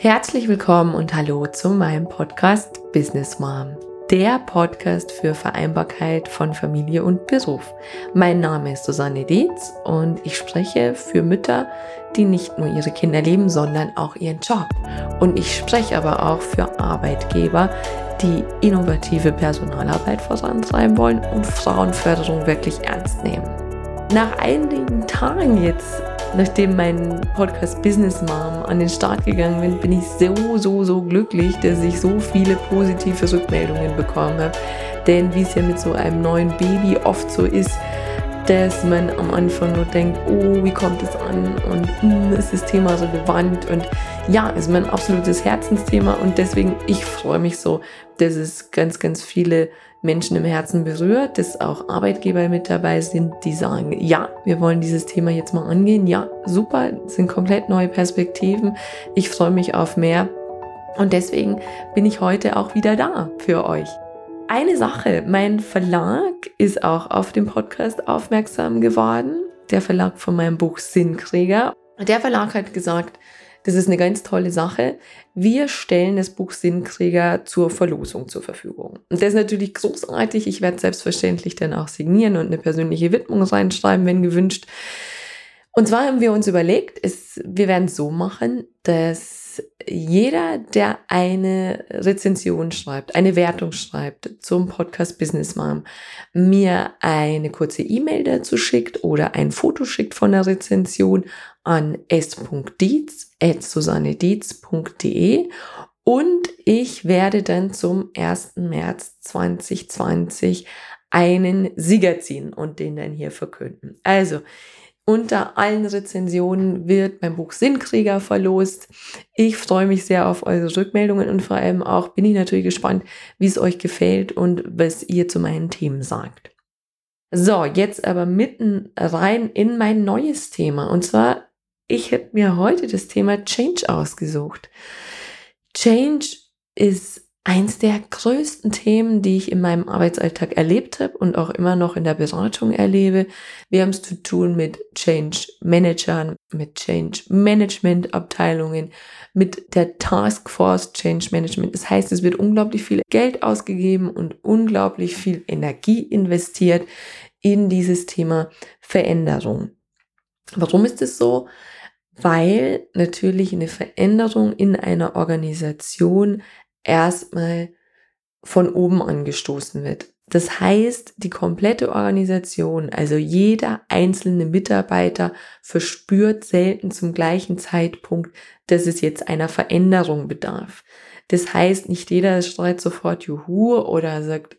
Herzlich willkommen und hallo zu meinem Podcast Business Mom, der Podcast für Vereinbarkeit von Familie und Beruf. Mein Name ist Susanne Dietz und ich spreche für Mütter, die nicht nur ihre Kinder lieben, sondern auch ihren Job. Und ich spreche aber auch für Arbeitgeber, die innovative Personalarbeit vorantreiben wollen und Frauenförderung wirklich ernst nehmen. Nach einigen Tagen jetzt, nachdem mein Podcast Business Mom an den Start gegangen bin, bin ich so glücklich, dass ich so viele positive Rückmeldungen bekommen habe. Denn wie es ja mit so einem neuen Baby oft so ist, dass man am Anfang nur denkt, oh, wie kommt es an und ist das Thema so relevant und ja, ist mein absolutes Herzensthema und deswegen, ich freue mich so, dass es ganz viele Menschen im Herzen berührt, dass auch Arbeitgeber mit dabei sind, die sagen, ja, wir wollen dieses Thema jetzt mal angehen, ja, super, das sind komplett neue Perspektiven, ich freue mich auf mehr und deswegen bin ich heute auch wieder da für euch. Eine Sache, mein Verlag ist auch auf den Podcast aufmerksam geworden, der Verlag von meinem Buch Sinnkrieger. Der Verlag hat gesagt, das ist eine ganz tolle Sache. Wir stellen das Buch Sinnkrieger zur Verlosung zur Verfügung. Und das ist natürlich großartig. Ich werde selbstverständlich dann auch signieren und eine persönliche Widmung reinschreiben, wenn gewünscht. Und zwar haben wir uns überlegt, wir werden es so machen, dass jeder, der eine Rezension schreibt, eine Wertung schreibt zum Podcast Business Mom, mir eine kurze E-Mail dazu schickt oder ein Foto schickt von der Rezension an s.dietz@susannedietz.de und ich werde dann zum 1. März 2020 einen Sieger ziehen und den dann hier verkünden. Also, unter allen Rezensionen wird mein Buch Sinnkrieger verlost. Ich freue mich sehr auf eure Rückmeldungen und vor allem auch bin ich natürlich gespannt, wie es euch gefällt und was ihr zu meinen Themen sagt. So, jetzt aber mitten rein in mein neues Thema. Und zwar, ich habe mir heute das Thema Change ausgesucht. Change ist eins der größten Themen, die ich in meinem Arbeitsalltag erlebt habe und auch immer noch in der Beratung erlebe. Wir haben es zu tun mit Change Managern, mit Change Management Abteilungen, mit der Taskforce Change Management. Das heißt, es wird unglaublich viel Geld ausgegeben und unglaublich viel Energie investiert in dieses Thema Veränderung. Warum ist es so? Weil natürlich eine Veränderung in einer Organisation erstmal von oben angestoßen wird. Das heißt, die komplette Organisation, also jeder einzelne Mitarbeiter verspürt selten zum gleichen Zeitpunkt, dass es jetzt einer Veränderung bedarf. Das heißt, nicht jeder schreit sofort Juhu oder sagt,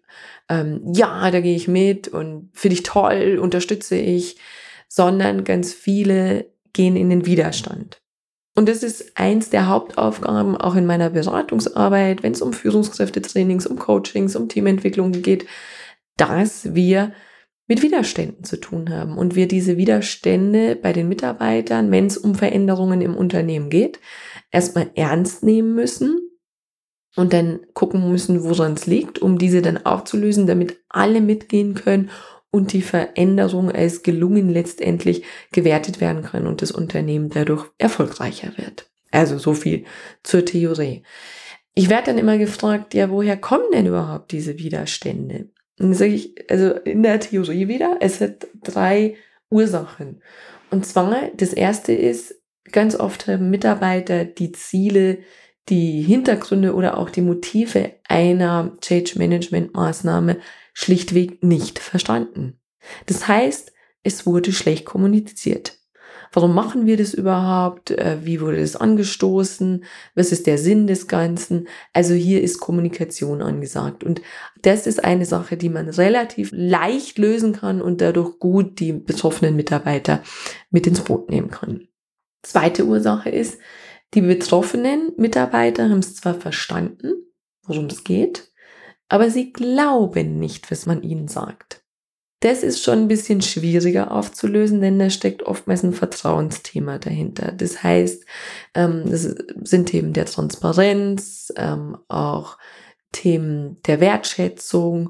ja, da gehe ich mit und finde ich toll, unterstütze ich, sondern ganz viele gehen in den Widerstand. Und das ist eins der Hauptaufgaben auch in meiner Beratungsarbeit, wenn es um Führungskräftetrainings, um Coachings, um Teamentwicklung geht, dass wir mit Widerständen zu tun haben und wir diese Widerstände bei den Mitarbeitern, wenn es um Veränderungen im Unternehmen geht, erstmal ernst nehmen müssen und dann gucken müssen, woran es liegt, um diese dann aufzulösen, damit alle mitgehen können und die Veränderung als gelungen letztendlich gewertet werden kann und das Unternehmen dadurch erfolgreicher wird. Also so viel zur Theorie. Ich werde dann immer gefragt, ja, woher kommen denn überhaupt diese Widerstände? Und dann sage ich, also in der Theorie wieder, es hat 3 Ursachen. Und zwar, das erste ist, ganz oft haben Mitarbeiter die Ziele, die Hintergründe oder auch die Motive einer Change Management Maßnahme schlichtweg nicht verstanden. Das heißt, es wurde schlecht kommuniziert. Warum machen wir das überhaupt? Wie wurde das angestoßen? Was ist der Sinn des Ganzen? Also hier ist Kommunikation angesagt. Und das ist eine Sache, die man relativ leicht lösen kann und dadurch gut die betroffenen Mitarbeiter mit ins Boot nehmen kann. Zweite Ursache ist, die betroffenen Mitarbeiter haben es zwar verstanden, worum es geht, aber sie glauben nicht, was man ihnen sagt. Das ist schon ein bisschen schwieriger aufzulösen, denn da steckt oftmals ein Vertrauensthema dahinter. Das heißt, das sind Themen der Transparenz, auch Themen der Wertschätzung,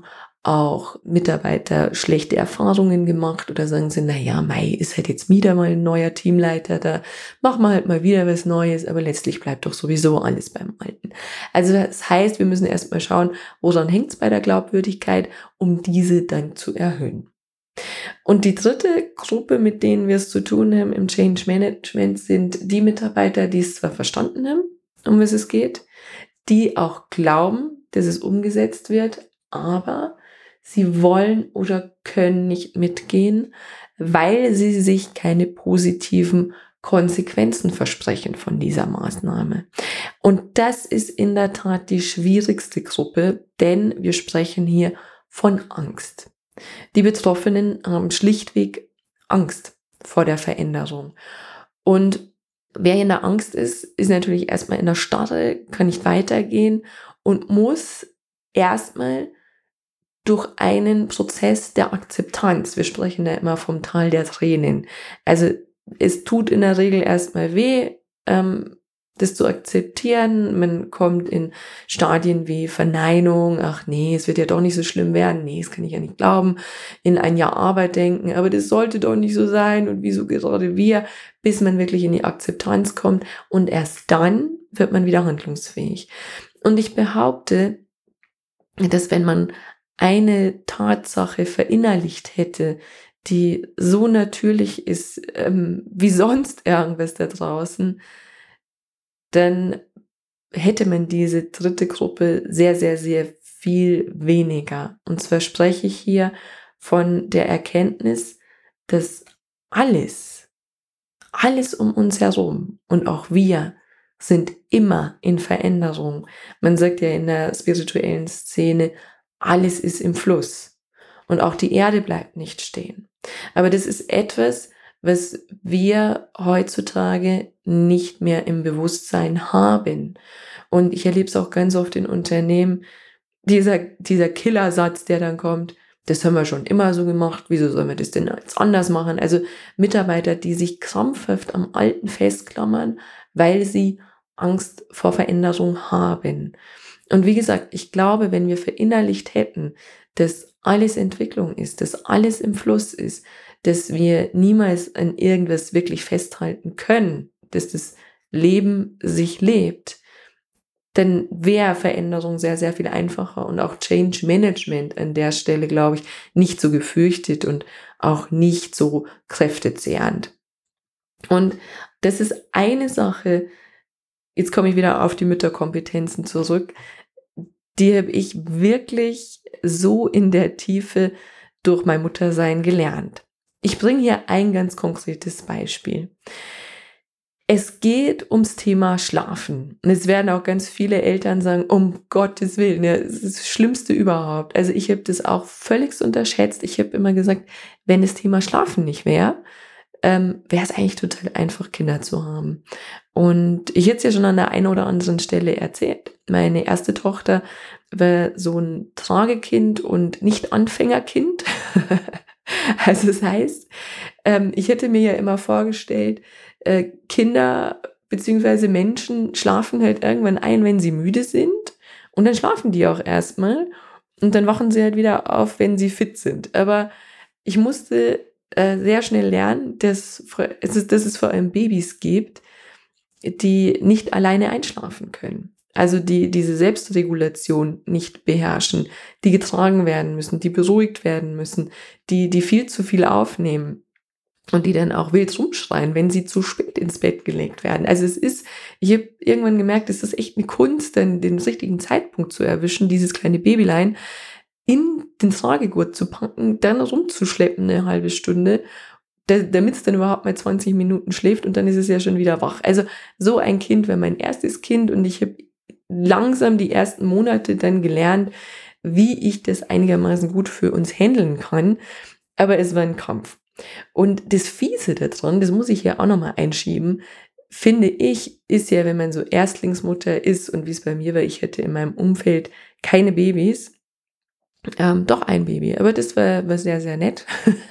auch Mitarbeiter schlechte Erfahrungen gemacht oder sagen sie, naja, Mai ist halt jetzt wieder mal ein neuer Teamleiter, da machen wir halt mal wieder was Neues, aber letztlich bleibt doch sowieso alles beim Alten. Also das heißt, wir müssen erstmal schauen, woran hängt es bei der Glaubwürdigkeit, um diese dann zu erhöhen. Und die dritte Gruppe, mit denen wir es zu tun haben im Change Management, sind die Mitarbeiter, die es zwar verstanden haben, um was es geht, die auch glauben, dass es umgesetzt wird, aber sie wollen oder können nicht mitgehen, weil sie sich keine positiven Konsequenzen versprechen von dieser Maßnahme. Und das ist in der Tat die schwierigste Gruppe, denn wir sprechen hier von Angst. Die Betroffenen haben schlichtweg Angst vor der Veränderung. Und wer in der Angst ist natürlich erstmal in der Starre, kann nicht weitergehen und muss erstmal durch einen Prozess der Akzeptanz. Wir sprechen da immer vom Tal der Tränen. Also es tut in der Regel erstmal weh, das zu akzeptieren. Man kommt in Stadien wie Verneinung, ach nee, es wird ja doch nicht so schlimm werden, nee, das kann ich ja nicht glauben, in ein Jahr Arbeit denken, aber das sollte doch nicht so sein und wieso gerade wir, bis man wirklich in die Akzeptanz kommt und erst dann wird man wieder handlungsfähig. Und ich behaupte, dass wenn man eine Tatsache verinnerlicht hätte, die so natürlich ist, wie sonst irgendwas da draußen, dann hätte man diese dritte Gruppe sehr, sehr, sehr viel weniger. Und zwar spreche ich hier von der Erkenntnis, dass alles um uns herum und auch wir sind immer in Veränderung. Man sagt ja in der spirituellen Szene, alles ist im Fluss und auch die Erde bleibt nicht stehen. Aber das ist etwas, was wir heutzutage nicht mehr im Bewusstsein haben. Und ich erlebe es auch ganz oft in Unternehmen, dieser Killersatz, der dann kommt, das haben wir schon immer so gemacht, wieso sollen wir das denn jetzt anders machen? Also Mitarbeiter, die sich krampfhaft am Alten festklammern, weil sie Angst vor Veränderung haben. Und wie gesagt, ich glaube, wenn wir verinnerlicht hätten, dass alles Entwicklung ist, dass alles im Fluss ist, dass wir niemals an irgendwas wirklich festhalten können, dass das Leben sich lebt, dann wäre Veränderung sehr, sehr viel einfacher und auch Change Management an der Stelle, glaube ich, nicht so gefürchtet und auch nicht so kräftezehrend. Und das ist eine Sache, jetzt komme ich wieder auf die Mütterkompetenzen zurück, die habe ich wirklich so in der Tiefe durch mein Muttersein gelernt. Ich bringe hier ein ganz konkretes Beispiel. Es geht ums Thema Schlafen. Und es werden auch ganz viele Eltern sagen, um Gottes Willen, ja, das ist das Schlimmste überhaupt. Also ich habe das auch völlig unterschätzt. Ich habe immer gesagt, wenn das Thema Schlafen nicht wäre, wäre es eigentlich total einfach, Kinder zu haben. Und ich hätte es ja schon an der einen oder anderen Stelle erzählt. Meine erste Tochter war so ein Tragekind und nicht Anfängerkind. Also das heißt, ich hätte mir ja immer vorgestellt, Kinder bzw. Menschen schlafen halt irgendwann ein, wenn sie müde sind. Und dann schlafen die auch erstmal. Und dann wachen sie halt wieder auf, wenn sie fit sind. Aber ich musste sehr schnell lernen, dass es vor allem Babys gibt, die nicht alleine einschlafen können. Also die diese Selbstregulation nicht beherrschen, die getragen werden müssen, die beruhigt werden müssen, die viel zu viel aufnehmen und die dann auch wild rumschreien, wenn sie zu spät ins Bett gelegt werden. Also ich habe irgendwann gemerkt, es ist echt eine Kunst, dann den richtigen Zeitpunkt zu erwischen, dieses kleine Babylein in den Tragegurt zu packen, dann rumzuschleppen eine halbe Stunde, damit es dann überhaupt mal 20 Minuten schläft und dann ist es ja schon wieder wach. Also so ein Kind war mein erstes Kind und ich habe langsam die ersten Monate dann gelernt, wie ich das einigermaßen gut für uns handeln kann. Aber es war ein Kampf. Und das Fiese daran, das muss ich hier auch nochmal einschieben, finde ich, ist ja, wenn man so Erstlingsmutter ist und wie es bei mir war, ich hätte in meinem Umfeld keine Babys, doch ein Baby, aber das war sehr, sehr nett.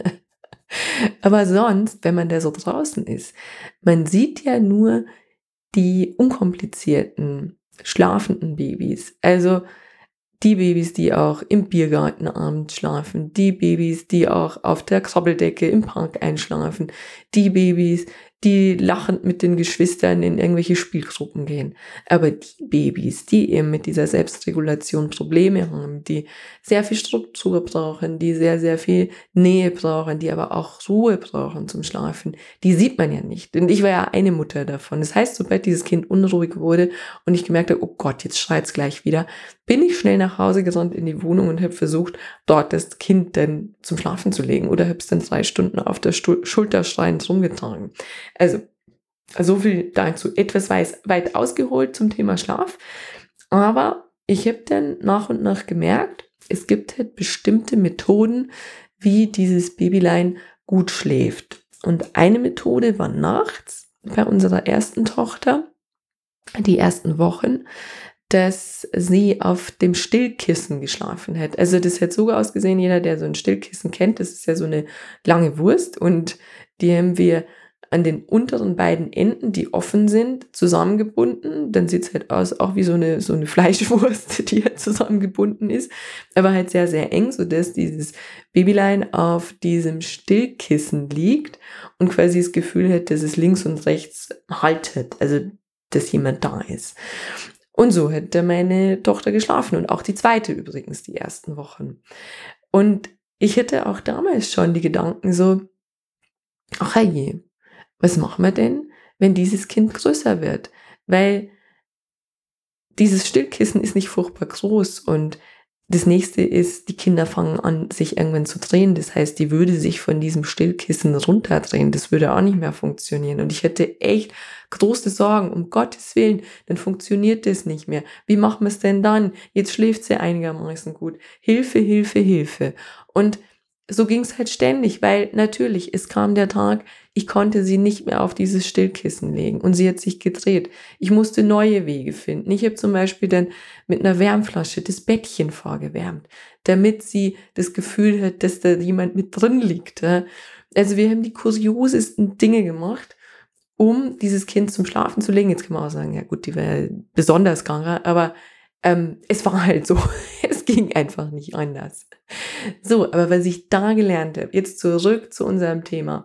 Aber sonst, wenn man da so draußen ist, man sieht ja nur die unkomplizierten, schlafenden Babys. Also die Babys, die auch im Biergarten abends schlafen, die Babys, die auch auf der Krabbeldecke im Park einschlafen, die Babys, die lachend mit den Geschwistern in irgendwelche Spielgruppen gehen. Aber die Babys, die eben mit dieser Selbstregulation Probleme haben, die sehr viel Struktur brauchen, die sehr, sehr viel Nähe brauchen, die aber auch Ruhe brauchen zum Schlafen, die sieht man ja nicht. Und ich war ja eine Mutter davon. Das heißt, sobald dieses Kind unruhig wurde und ich gemerkt habe, oh Gott, jetzt schreit's gleich wieder, bin ich schnell nach Hause gerannt in die Wohnung und habe versucht, dort das Kind dann zum Schlafen zu legen oder habe es dann 3 Stunden auf der Schulter schreiend rumgetragen. Also, so viel dazu. Etwas weit ausgeholt zum Thema Schlaf. Aber ich habe dann nach und nach gemerkt, es gibt halt bestimmte Methoden, wie dieses Babylein gut schläft. Und eine Methode war nachts bei unserer ersten Tochter, die ersten Wochen, dass sie auf dem Stillkissen geschlafen hat. Also das hat so ausgesehen, jeder, der so ein Stillkissen kennt, das ist ja so eine lange Wurst und die haben wir an den unteren beiden Enden, die offen sind, zusammengebunden. Dann sieht es halt aus, auch wie so eine Fleischwurst, die halt zusammengebunden ist, aber halt sehr, sehr eng, sodass dieses Babylein auf diesem Stillkissen liegt und quasi das Gefühl hat, dass es links und rechts haltet, also dass jemand da ist. Und so hätte meine Tochter geschlafen und auch die zweite übrigens, die ersten Wochen. Und ich hatte auch damals schon die Gedanken so, ach je, was machen wir denn, wenn dieses Kind größer wird? Weil dieses Stillkissen ist nicht furchtbar groß und das nächste ist, die Kinder fangen an, sich irgendwann zu drehen. Das heißt, die würde sich von diesem Stillkissen runterdrehen. Das würde auch nicht mehr funktionieren. Und ich hätte echt große Sorgen, um Gottes Willen, dann funktioniert das nicht mehr. Wie machen wir es denn dann? Jetzt schläft sie einigermaßen gut. Hilfe, Hilfe, Hilfe. Und so ging es halt ständig, weil natürlich, es kam der Tag, ich konnte sie nicht mehr auf dieses Stillkissen legen und sie hat sich gedreht. Ich musste neue Wege finden. Ich habe zum Beispiel dann mit einer Wärmflasche das Bettchen vorgewärmt, damit sie das Gefühl hat, dass da jemand mit drin liegt. Also wir haben die kuriosesten Dinge gemacht, um dieses Kind zum Schlafen zu legen. Jetzt kann man auch sagen, ja gut, die wäre besonders krank, aber es war halt so. Es ging einfach nicht anders. So, aber was ich da gelernt habe, jetzt zurück zu unserem Thema.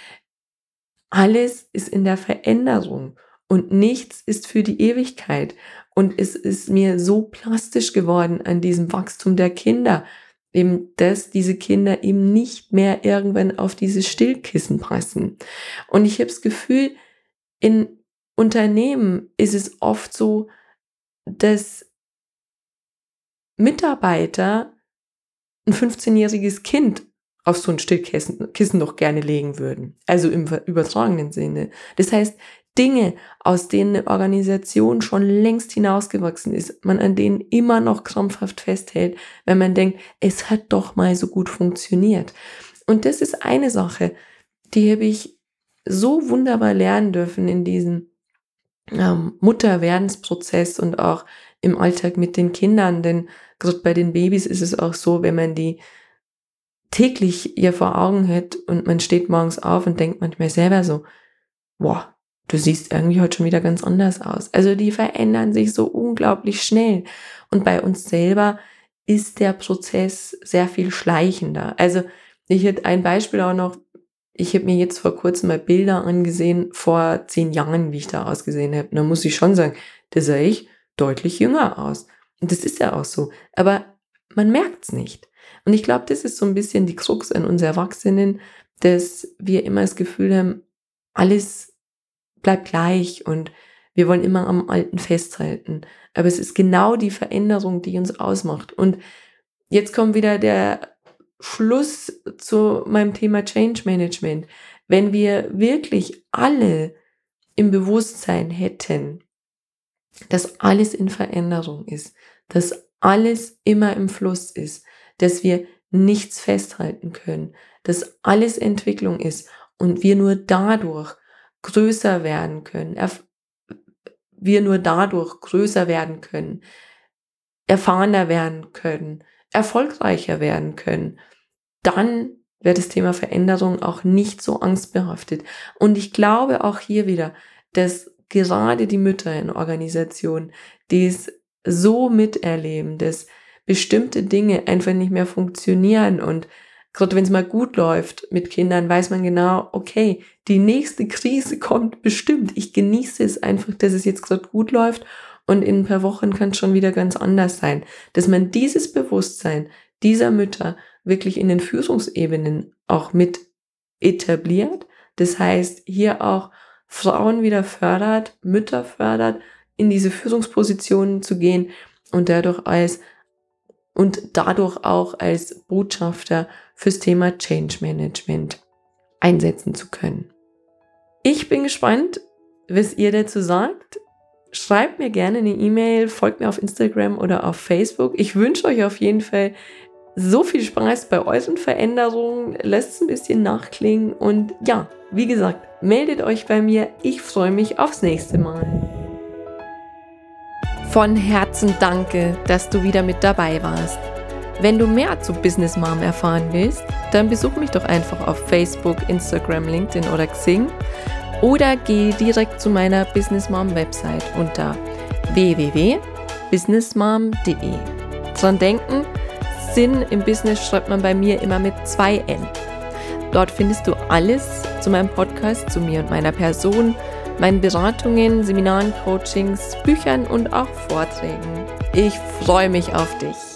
Alles ist in der Veränderung und nichts ist für die Ewigkeit. Und es ist mir so plastisch geworden an diesem Wachstum der Kinder, eben, dass diese Kinder eben nicht mehr irgendwann auf dieses Stillkissen passen. Und ich habe das Gefühl, in Unternehmen ist es oft so, dass Mitarbeiter ein 15-jähriges Kind auf so ein Stillkissen doch gerne legen würden. Also im übertragenen Sinne. Das heißt, Dinge, aus denen eine Organisation schon längst hinausgewachsen ist, man an denen immer noch krampfhaft festhält, wenn man denkt, es hat doch mal so gut funktioniert. Und das ist eine Sache, die habe ich so wunderbar lernen dürfen in diesem Mutterwerdensprozess und auch im Alltag mit den Kindern, denn gerade bei den Babys ist es auch so, wenn man die täglich ihr vor Augen hat und man steht morgens auf und denkt manchmal selber so, wow, du siehst irgendwie heute schon wieder ganz anders aus. Also die verändern sich so unglaublich schnell. Und bei uns selber ist der Prozess sehr viel schleichender. Also ich hätte ein Beispiel auch noch, ich habe mir jetzt vor kurzem mal Bilder angesehen, vor 10 Jahren, wie ich da ausgesehen habe. Und da muss ich schon sagen, da sah ich deutlich jünger aus. Und das ist ja auch so. Aber man merkt's nicht. Und ich glaube, das ist so ein bisschen die Krux an uns Erwachsenen, dass wir immer das Gefühl haben, alles bleibt gleich und wir wollen immer am Alten festhalten. Aber es ist genau die Veränderung, die uns ausmacht. Und jetzt kommt wieder der Schluss zu meinem Thema Change Management. Wenn wir wirklich alle im Bewusstsein hätten, dass alles in Veränderung ist, dass alles immer im Fluss ist, dass wir nichts festhalten können, dass alles Entwicklung ist und wir nur dadurch größer werden können, erfahrener werden können, erfolgreicher werden können, dann wird das Thema Veränderung auch nicht so angstbehaftet. Und ich glaube auch hier wieder, dass gerade die Mütter in Organisationen, die es so miterleben, dass bestimmte Dinge einfach nicht mehr funktionieren. Und gerade wenn es mal gut läuft mit Kindern, weiß man genau, okay, die nächste Krise kommt bestimmt. Ich genieße es einfach, dass es jetzt gerade gut läuft und in ein paar Wochen kann es schon wieder ganz anders sein. Dass man dieses Bewusstsein dieser Mütter wirklich in den Führungsebenen auch mit etabliert. Das heißt, hier auch Frauen wieder fördert, Mütter fördert, in diese Führungspositionen zu gehen und dadurch auch als Botschafter fürs Thema Change Management einsetzen zu können. Ich bin gespannt, was ihr dazu sagt. Schreibt mir gerne eine E-Mail, folgt mir auf Instagram oder auf Facebook. Ich wünsche euch auf jeden Fall so viel Spaß bei euren Veränderungen. Lasst es ein bisschen nachklingen und ja, wie gesagt, meldet euch bei mir. Ich freue mich aufs nächste Mal. Von Herzen danke, dass du wieder mit dabei warst. Wenn du mehr zu Business Mom erfahren willst, dann besuch mich doch einfach auf Facebook, Instagram, LinkedIn oder Xing oder geh direkt zu meiner Business Mom Website unter www.businessmom.de. Dran denken, Sinn im Business schreibt man bei mir immer mit 2 N. Dort findest du alles zu meinem Podcast, zu mir und meiner Person, meinen Beratungen, Seminaren, Coachings, Büchern und auch Vorträgen. Ich freue mich auf dich.